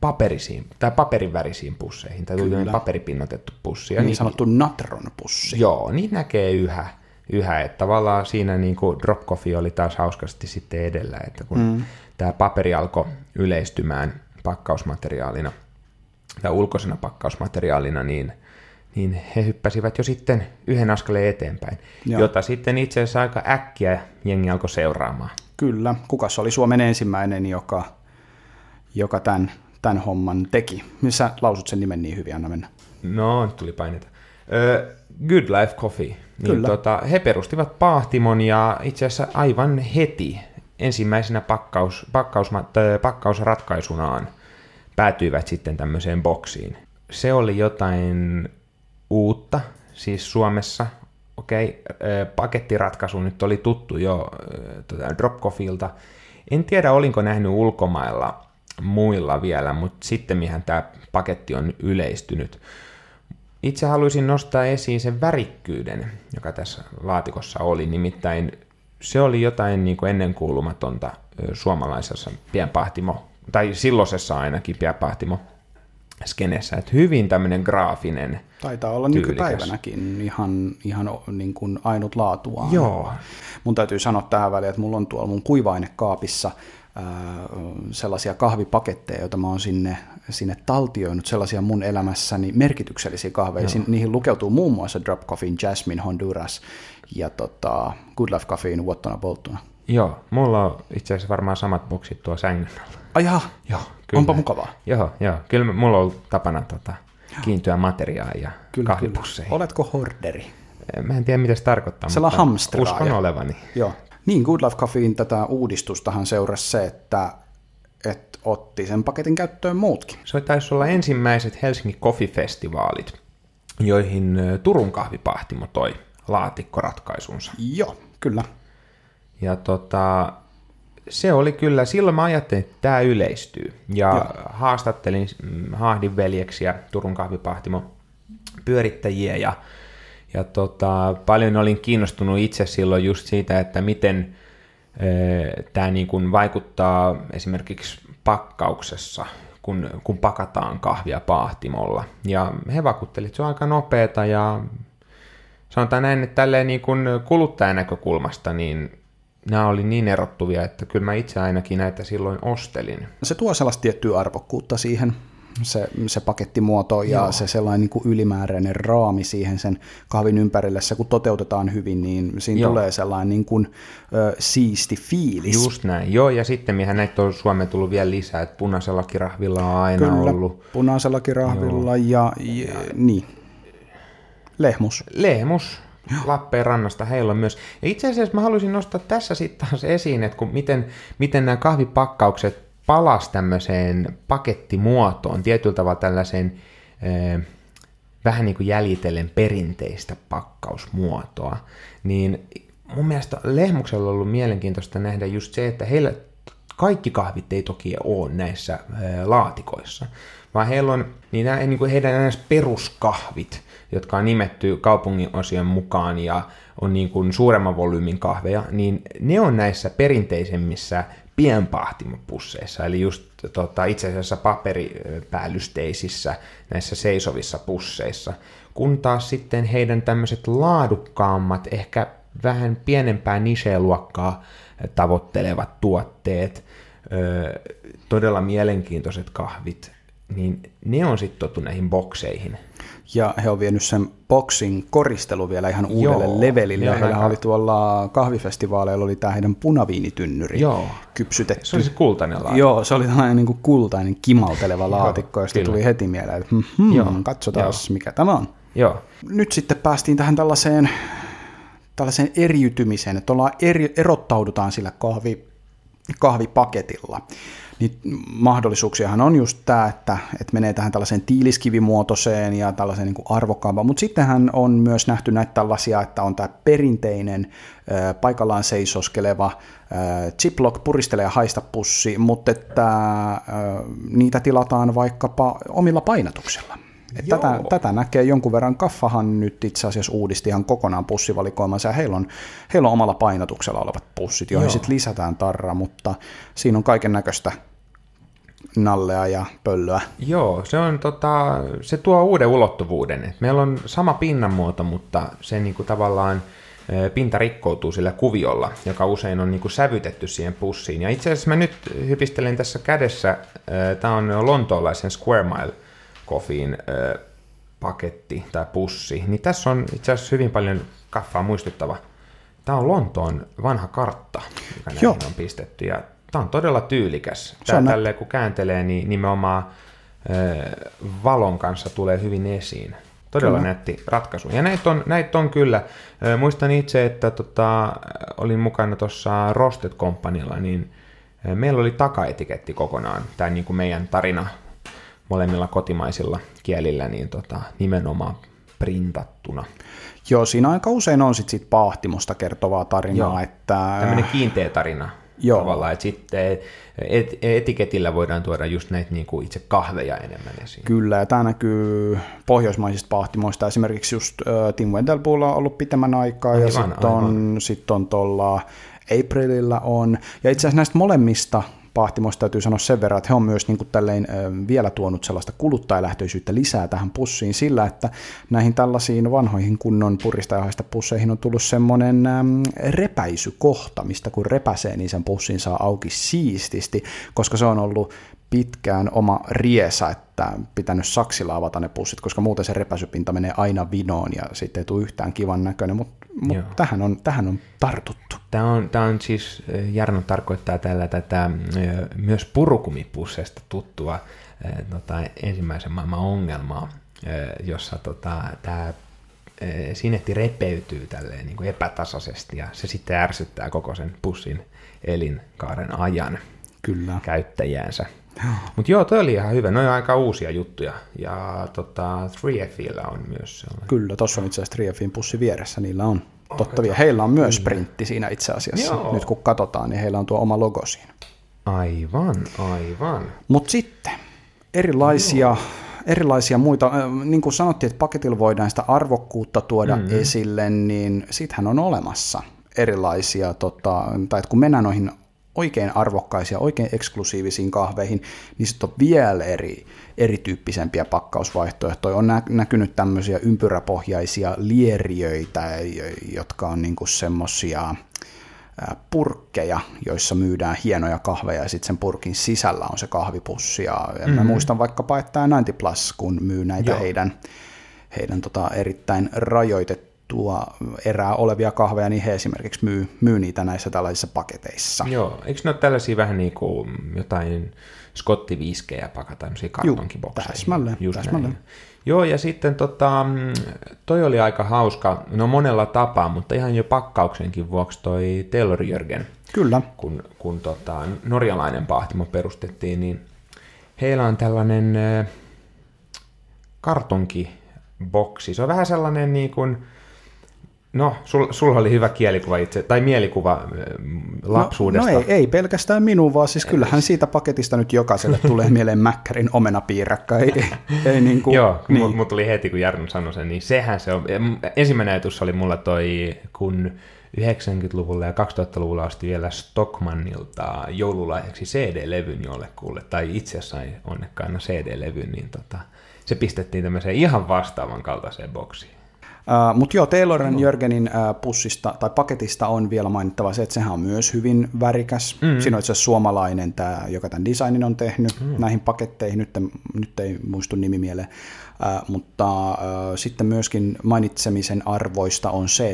paperin pusseihin, tai tuli paperipinnotettu pussi. Niin sanottu natron-pussi. Joo, niitä näkee yhä, että tavallaan siinä niin kuin Drop Coffee oli taas hauskasti sitten edellä, että kun tämä paperi alkoi yleistymään pakkausmateriaalina, tai ulkoisena pakkausmateriaalina, niin he hyppäsivät jo sitten yhden askeleen eteenpäin, jota sitten itse asiassa aika äkkiä jengi alkoi seuraamaan. Kyllä. Kukas oli Suomen ensimmäinen, joka tämän homman teki? Missä lausut sen nimen niin hyvin? Anna mennä. No, tuli paineita. Good Life Coffee. Niin, he perustivat paahtimon ja itse asiassa aivan heti ensimmäisenä pakkausratkaisunaan päätyivät sitten tämmöiseen boksiin. Se oli jotain uutta, siis Suomessa. Okei, pakettiratkaisu nyt oli tuttu jo Drop Coffeelta. En tiedä, olinko nähnyt ulkomailla muilla vielä, mutta sittemminhän tämä paketti on yleistynyt. Itse haluaisin nostaa esiin sen värikkyyden, joka tässä laatikossa oli. Nimittäin se oli jotain niin kuin ennenkuulumatonta suomalaisessa pienpahtimo, tai silloisessa ainakin pienpahtimo-skenessä. Että hyvin tämmöinen graafinen, taitaa olla tyylikäs. Nykypäivänäkin ihan niin kuin ainut laatuaan. Joo. Mun täytyy sanoa tähän väliin, että mulla on tuolla mun kuiva-ainekaapissa sellaisia kahvipaketteja, joita mä oon sinne taltioinut, sellaisia mun elämässäni merkityksellisiä kahveja. Niihin lukeutuu muun muassa Drop Coffeen Jasmine Honduras ja Good Life Coffeen Vuottona Polttuna. Joo, mulla on itse asiassa varmaan samat boksit tuo sängyn alla. Ai jaha, kyllä. Onpa mukavaa. Joo, kyllä mulla on ollut tapana kiintyä materiaa ja kahvipusseihin. Oletko horderi? Mä en tiedä, mitä se tarkoittaa, mutta hamstraaja. Uskon olevani. Joo. Niin, Good Life Coffeen tätä uudistustahan seurasi se, että otti sen paketin käyttöön muutkin. Se taisi olla ensimmäiset Helsingin Coffee-festivaalit, joihin Turun kahvipahtimo toi laatikkoratkaisunsa. Joo, kyllä. Ja se oli kyllä, silloin mä ajattelin, että tämä yleistyy. Ja haastattelin Haahdin veljeksiä, Turun kahvipahtimo pyörittäjiä, ja Ja paljon olin kiinnostunut itse silloin just siitä, että miten tämä niin kuin vaikuttaa esimerkiksi pakkauksessa, kun pakataan kahvia paahtimolla. Ja he vakuuttelivat, että se on aika nopeata ja sanotaan näin, että tälleen niin kuin kuluttajan näkökulmasta, niin nämä oli niin erottuvia, että kyllä mä itse ainakin näitä silloin ostelin. Se tuo sellaista tiettyä arvokkuutta siihen, se pakettimuoto ja se sellainen niin kuin ylimääräinen raami siihen sen kahvin ympärille. Se kun toteutetaan hyvin, niin siinä tulee sellainen niin kuin, siisti fiilis. Just näin, joo, ja sitten mihän näitä on Suomeen tullut vielä lisää, että punaisellakin rahvilla on aina kyllä, ollut. Punaisellakin rahvilla ja niin. Lehmus. Lappeenrannasta heillä on myös. Ja itse asiassa mä haluaisin nostaa tässä sitten taas esiin, että miten nämä kahvipakkaukset palasi tämmöiseen pakettimuotoon, tietyllä tavalla tällaiseen vähän niin kuin jäljitellen perinteistä pakkausmuotoa, niin mun mielestä Lehmuksella on ollut mielenkiintoista nähdä just se, että heillä kaikki kahvit ei toki ole näissä laatikoissa, vaan heillä on niin kuin heidän näissä peruskahvit, jotka on nimetty kaupungin osien mukaan ja on niin kuin suuremman volyymin kahveja, niin ne on näissä perinteisemmissä pienpahtimopusseissa, eli just itse asiassa paperipäällysteisissä näissä seisovissa pusseissa, kun taas sitten heidän tämmöiset laadukkaammat, ehkä vähän pienempää niche-luokkaa tavoittelevat tuotteet, todella mielenkiintoiset kahvit, niin ne on sitten tottu näihin bokseihin. Ja he on vienyt sen boksin koristelu vielä ihan uudelle levelille. Heillä oli tuolla kahvifestivaaleilla oli tämä heidän punaviinitynnyri kypsytetty. Se oli se kultainen laatikko. Joo, se oli tällainen niin kuin kultainen kimalteleva laatikko, josta tuli heti mieleen, että katsotaan mikä tämä on. Joo. Nyt sitten päästiin tähän tällaiseen eriytymiseen, että erottaudutaan sillä kahvipaketilla. Niin mahdollisuuksiahan on just tämä, että menee tähän tällaiseen tiiliskivimuotoiseen ja tällaiseen niin kuin arvokkaampaan, mutta sittenhän on myös nähty näitä tällaisia, että on tämä perinteinen paikallaan seisoskeleva Ziploc puristele ja haista pussi, mutta että niitä tilataan vaikkapa omilla painatuksella. Tätä näkee jonkun verran. Kaffahan nyt itse asiassa uudisti ihan kokonaan pussivalikoimansa, ja heillä on omalla painotuksella olevat pussit, joihin sitten lisätään tarra, mutta siinä on kaiken näköistä nallea ja pöllöä. Joo, se tuo uuden ulottuvuuden. Et meillä on sama pinnanmuoto, mutta se niinku tavallaan pinta rikkoutuu sillä kuviolla, joka usein on niinku sävytetty siihen pussiin. Ja itse asiassa mä nyt hypistelen tässä kädessä, tämä on lontoolaisen Square Mile Coffeen paketti tai pussi, niin tässä on itse asiassa hyvin paljon kaffaa muistuttava. Tämä on Lontoon vanha kartta, joka näihin on pistetty, ja tämä on todella tyylikäs. Tämä tälleen, kun kääntelee, niin nimenomaan valon kanssa tulee hyvin esiin. Todella nätti ratkaisu. Ja näitä on kyllä. Muistan itse, että olin mukana tuossa Roasted Companylla, niin meillä oli takaetiketti kokonaan, tämä niin kuin meidän tarina molemmilla kotimaisilla kielillä niin nimenomaan printattuna. Joo, siinä aika usein on sit paahtimosta kertovaa tarinaa. Että tämmöinen kiinteä tarina tavallaan, että sitten etiketillä voidaan tuoda just näitä niin kuin itse kahveja enemmän esiin. Kyllä, ja tämä näkyy pohjoismaisista paahtimoista. Esimerkiksi just Tim Wendelbulla on ollut pitemmän aikaa, ja sitten on tuolla Aprililla on. Ja itse asiassa näistä molemmista paahtimoista täytyy sanoa sen verran, että he on myös niin kuin tälleen vielä tuonut sellaista kuluttajalähtöisyyttä lisää tähän pussiin sillä, että näihin tällaisiin vanhoihin kunnon puristajahaista pusseihin on tullut semmoinen repäisykohta, mistä kun repäsee, niin sen pussin saa auki siististi, koska se on ollut pitkään oma riesa, että pitänyt saksilla avata ne pussit, koska muuten se repäisypinta menee aina vinoon ja sitten ei tule yhtään kivan näköinen, mutta tähän on tartuttu. Tämä on siis, Jarno tarkoittaa tällä tätä myös purukumipusseista tuttua ensimmäisen maailman ongelmaa, jossa tämä sinetti repeytyy tälleen niin kuin epätasaisesti ja se sitten ärsyttää koko sen pussin elinkaaren ajan käyttäjäänsä. Mutta joo, toi oli ihan hyvä. Ne on aika uusia juttuja. Ja 3Fillä on myös sellainen. Kyllä, tuossa on itse asiassa 3Fin pussi vieressä. Niillä on tottavia. Heillä on myös printti siinä itse asiassa. Joo. Nyt kun katsotaan, niin heillä on tuo oma logo siinä. Aivan. Mutta sitten erilaisia erilaisia muita, niin kuin sanottiin, että paketilla voidaan sitä arvokkuutta tuoda esille, niin sittenhän on olemassa erilaisia, tai että kun mennään noihin oikein arvokkaisia, oikein eksklusiivisiin kahveihin, niin sitten on vielä erityyppisempiä pakkausvaihtoehtoja. On näkynyt tämmöisiä ympyräpohjaisia lieriöitä, jotka on niinku semmoisia purkkeja, joissa myydään hienoja kahveja, ja sitten sen purkin sisällä on se kahvipussi. Ja mä muistan vaikkapa, että tämä 90 Plus, kun myy näitä heidän erittäin rajoitettua erää olevia kahveja, niin he esimerkiksi myy niitä näissä tällaisissa paketeissa. Joo, eikö ne ole tällaisia vähän niin kuin jotain skottiviiskejä pakata, tämmöisiä kartonkibokseja? Täsmälleen. Joo, ja sitten toi oli aika hauska, no monella tapaa, mutta ihan jo pakkauksenkin vuoksi toi Taylor Jörgen. Kyllä. Kun norjalainen pahtimo perustettiin, niin heillä on tällainen kartonkiboksi. Se on vähän sellainen niin kuin, no, sulla oli hyvä kielikuva tai mielikuva lapsuudesta. No ei pelkästään minun, vaan siis kyllähän siitä paketista nyt jokaiselle tulee mieleen Mäkkärin omenapiirakka. Ei niin kuin, joo, niin. Mut tuli heti, kun Jarno sanoi sen, niin sehän se on. Ensimmäinen ajatus oli mulla kun 90-luvulla ja 2000-luvulla asti vielä Stockmannilta joululahjaksi CD-levyn jollekulle, tai itse asiassa sai onnekkaana CD-levyn, niin se pistettiin tämmöiseen ihan vastaavan kaltaiseen boksiin. Mutta joo, Taylor Jörgenin pussista tai paketista on vielä mainittava se, että sehän on myös hyvin värikäs. Siinä on itse asiassa suomalainen, joka tämän designin on tehnyt näihin paketteihin, nyt ei muistu nimi mieleen. Mutta sitten myöskin mainitsemisen arvoista on se,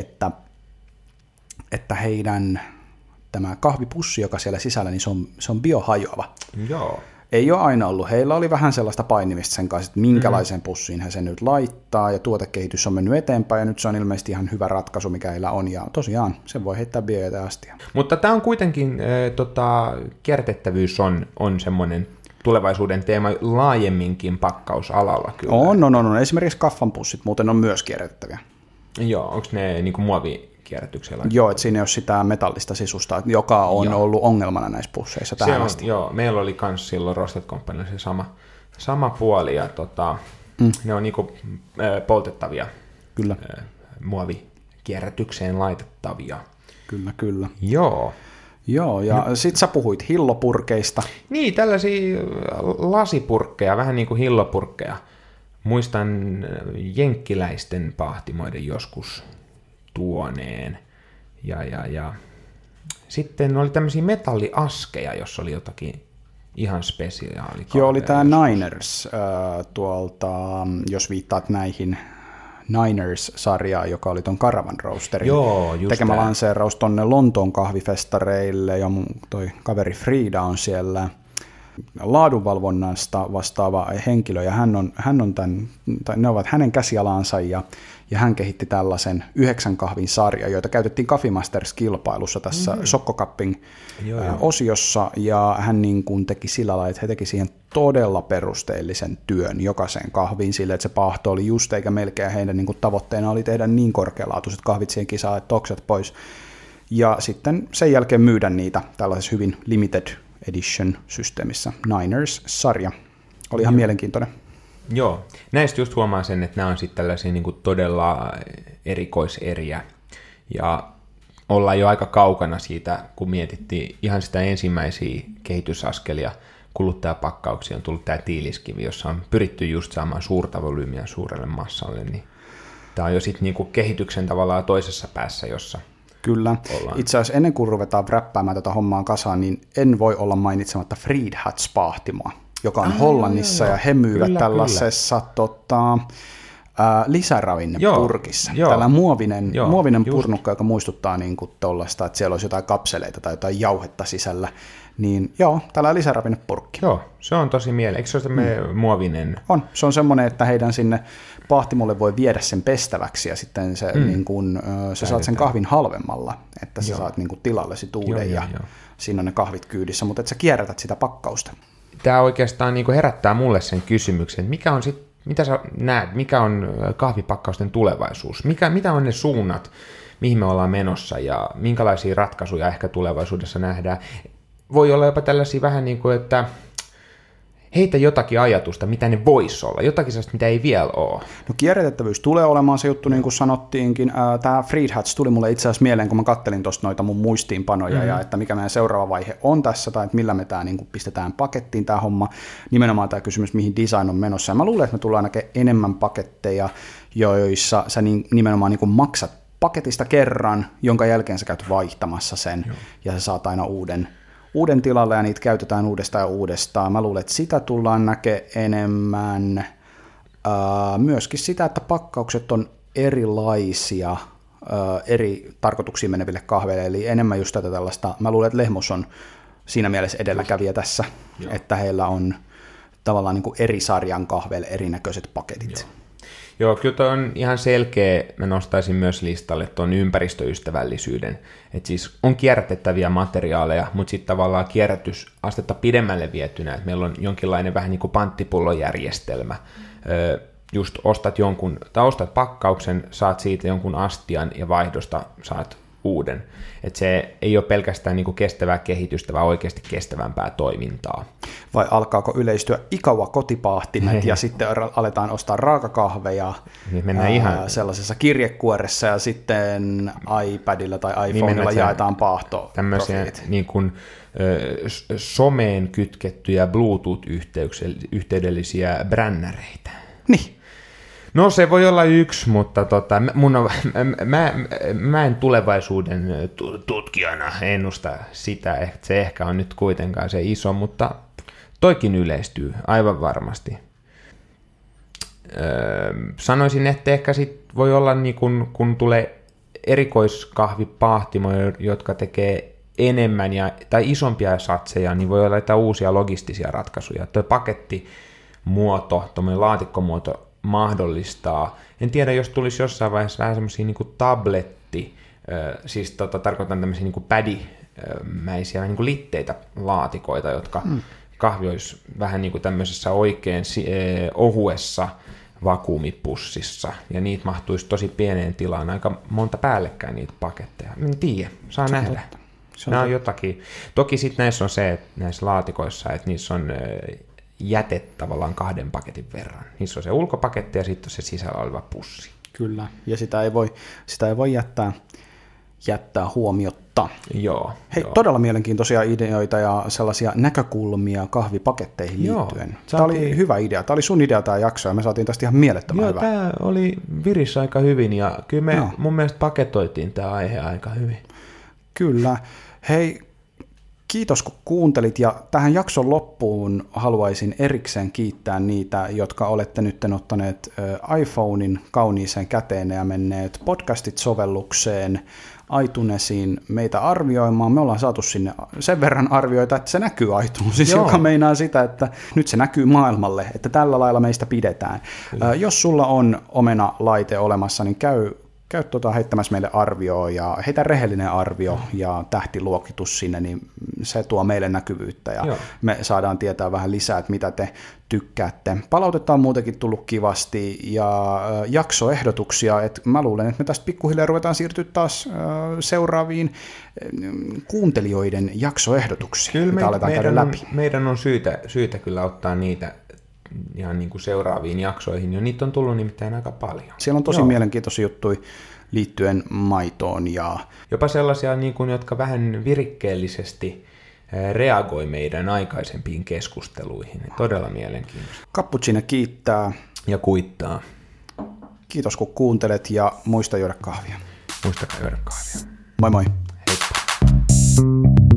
että heidän tämä kahvipussi, joka siellä sisällä, niin se on biohajoava. Joo. Ei ole aina ollut. Heillä oli vähän sellaista painimista sen kanssa, että minkälaisen pussiin he sen nyt laittaa, ja tuotekehitys on mennyt eteenpäin, ja nyt se on ilmeisesti ihan hyvä ratkaisu, mikä heillä on, ja tosiaan, sen voi heittää biojätä asti. Mutta tämä on kuitenkin, kierrätettävyys on semmoinen tulevaisuuden teema laajemminkin pakkausalalla kyllä. On. Esimerkiksi kaffanpussit muuten on myös kierrätettäviä. Joo, onko ne niin kuin muovikierrätyksellä? Joo, että siinä ei ole sitä metallista sisusta, joka on ollut ongelmana näissä pusseissa tähän asti. Joo, meillä oli myös silloin Roasted Companylla se sama puoli, ja ne on niinku poltettavia, kyllä. Muovikierrätykseen laitettavia. Kyllä. Joo, ja sit sä puhuit hillopurkeista. Niin, tällaisia lasipurkkeja, vähän niin kuin hillopurkkeja. Muistan jenkkiläisten pahtimoiden joskus tuoneen. Ja sitten oli tämmöisiä metalliaskeja, jossa oli jotakin ihan spesiaalia. Joo, oli tämä Niners tuolta, jos viittaat näihin Niners-sarjaa, joka oli ton Caravan Roasterin tekemä lanseeraus tonne Lontoon kahvifestareille, ja toi kaveri Frida on siellä laadunvalvonnasta vastaava henkilö, ja ne ovat hänen käsialansa, ja hän kehitti tällaisen 9 kahvin sarjan, joita käytettiin Coffee Masters-kilpailussa tässä Sokko Cupping osiossa, ja hän niin kuin teki sillä lailla, että he teki siihen todella perusteellisen työn jokaiseen kahviin sille, että se paahto oli just eikä melkein heidän niin kuin tavoitteena oli tehdä niin korkealaatuiset kahvit siihen kisaan, että okset pois, ja sitten sen jälkeen myydä niitä tällaisessa hyvin limited edition-systeemissä. Niners-sarja. Oli ihan mielenkiintoinen. Joo, näistä just huomaa sen, että nämä on sitten tällaisia niin kuin todella erikoiseriä, ja ollaan jo aika kaukana siitä, kun mietittiin ihan sitä ensimmäisiä kehitysaskelia, kuluttajapakkauksia, on tullut tämä tiiliskivi, jossa on pyritty just saamaan suurta volyymiä suurelle massalle, niin tämä on jo sitten niin kuin kehityksen tavallaan toisessa päässä, jossa kyllä. ollaan. Itse asiassa ennen kuin ruvetaan räppäämään tätä hommaa kasaan, niin en voi olla mainitsematta Friedhats-pahtimoa, joka on Hollannissa, ja he myyvät tällaisessa lisäravinnepurkissa. Tällä muovinen purnukka, joka muistuttaa niin kuin tollaista, että siellä olisi jotain kapseleita tai jotain jauhetta sisällä. Niin joo, tällä lisäravinnepurkki. Joo, se on tosi eikö se ole tämmöinen muovinen? On, se on semmoinen, että heidän sinne pahtimolle voi viedä sen pestäväksi, ja sitten se, niin kun, sä saat sen kahvin halvemmalla, että sä saat niin kun tilallesi tuuden, ja siinä on ne kahvit kyydissä, mutta et sä kierrätät sitä pakkausta. Tämä oikeastaan niin kuin herättää mulle sen kysymyksen, että mitä sä näet, mikä on kahvipakkausten tulevaisuus? Mitä on ne suunnat, mihin me ollaan menossa, ja minkälaisia ratkaisuja ehkä tulevaisuudessa nähdään? Voi olla jopa tällaisia vähän niin kuin, että heitä jotakin ajatusta, mitä ne vois olla, jotakin sellaista, mitä ei vielä ole. No kierrätettävyys tulee olemaan se juttu, niin kuin sanottiinkin. Tämä Freedhats tuli mulle itse asiassa mieleen, kun mä kattelin tuosta noita mun muistiinpanoja, ja että mikä meidän seuraava vaihe on tässä, tai että millä me tämä niin kuin pistetään pakettiin tämä homma. Nimenomaan tämä kysymys, mihin design on menossa. Ja mä luulen, että me tullaan näkemään enemmän paketteja, joissa sä nimenomaan niin kuin maksat paketista kerran, jonka jälkeen sä käyt vaihtamassa sen, ja sä saat aina uuden tilalle, ja niitä käytetään uudestaan ja uudestaan. Mä luulen, että sitä tullaan näkemään enemmän. Myöskin sitä, että pakkaukset on erilaisia eri tarkoituksiin meneville kahveille, eli enemmän just tätä tällaista. Mä luulen, että Lehmus on siinä mielessä edelläkävijä tässä, että heillä on tavallaan niin kuin eri sarjan kahveille erinäköiset paketit. Joo, kyllä toi on ihan selkeä, mä nostaisin myös listalle tuon ympäristöystävällisyyden, että siis on kierrätettäviä materiaaleja, mutta sitten tavallaan kierrätysastetta pidemmälle vietynä, että meillä on jonkinlainen vähän niin kuin panttipullojärjestelmä, just ostat pakkauksen, saat siitä jonkun astian ja vaihdosta saat uuden. Että se ei ole pelkästään niin kuin kestävää kehitystä, vaan oikeasti kestävämpää toimintaa. Vai alkaako yleistyä Ikawa-kotipaahtimet ja sitten aletaan ostaa raakakahveja ihan sellaisessa kirjekuoressa ja sitten iPadilla tai iPhonella jaetaan paahto. Tämmöisiä niin kuin someen kytkettyjä Bluetooth-yhteydellisiä brännäreitä. Niin. No se voi olla yksi, mutta mä en tulevaisuuden tutkijana ennusta sitä, että se ehkä on nyt kuitenkaan se iso, mutta toikin yleistyy aivan varmasti. Sanoisin, että ehkä sit voi olla, niin kun tulee erikoiskahvipahtimoja, jotka tekee enemmän tai isompia satseja, niin voi olla jotain uusia logistisia ratkaisuja. Tuo pakettimuoto, tuommoinen laatikkomuoto mahdollistaa. En tiedä, jos tulisi jossain vaiheessa vähän semmoisia niin kuin tabletti, siis tarkoitan tämmöisiä niin kuin pädimäisiä niin kuin litteitä laatikoita, jotka kahvi olisi vähän niin kuin tämmöisessä oikein ohuessa vakuumipussissa, ja niitä mahtuisi tosi pieneen tilaan, aika monta päällekkäin niitä paketteja. En tiedä, saa nähdä. Nämä on jotakin. Toki sitten näissä on se, että näissä laatikoissa, että niissä on jäte tavallaan 2 paketin verran. Niissä on se ulkopaketti ja sitten on se sisällä oleva pussi. Kyllä, ja sitä ei voi jättää huomiotta. Joo. Hei, todella mielenkiintoisia ideoita ja sellaisia näkökulmia kahvipaketteihin liittyen. Tämä oli hyvä idea. Tämä oli sun idea tämä jakso, ja me saatiin tästä ihan mielettömän hyvä. Tämä oli virissä aika hyvin, ja kyllä me mun mielestä paketoitiin tämä aihe aika hyvin. Kyllä. Hei, kiitos kun kuuntelit, ja tähän jakson loppuun haluaisin erikseen kiittää niitä, jotka olette nyt ottaneet iPhonein kauniiseen käteen ja menneet podcastit-sovellukseen, iTunesiin meitä arvioimaan. Me ollaan saatu sinne sen verran arvioita, että se näkyy iTunesissa, joka meinaa sitä, että nyt se näkyy maailmalle, että tällä lailla meistä pidetään. Jos sulla on omena-laite olemassa, niin käy heittämässä meille arvioa ja heitä rehellinen arvio ja tähtiluokitus sinne, niin se tuo meille näkyvyyttä ja me saadaan tietää vähän lisää, että mitä te tykkäätte. Palautetta on muutenkin tullut kivasti ja jaksoehdotuksia, että mä luulen, että me tästä pikkuhiljaa ruvetaan siirtyä taas seuraaviin kuuntelijoiden jaksoehdotuksiin, kyllä mitä aletaan käydä läpi. Meidän on syytä kyllä ottaa niitä ihan niin kuin seuraaviin jaksoihin, ja niitä on tullut nimittäin aika paljon. Siellä on tosi mielenkiintoisia juttuja liittyen maitoon. Ja jopa sellaisia, niin kuin, jotka vähän virikkeellisesti reagoi meidän aikaisempiin keskusteluihin. Todella mielenkiintoista. Cappuccino kiittää. Ja kuittaa. Kiitos kun kuuntelet, ja muista juoda kahvia. Muistakaa juoda kahvia. Moi moi. Heippa.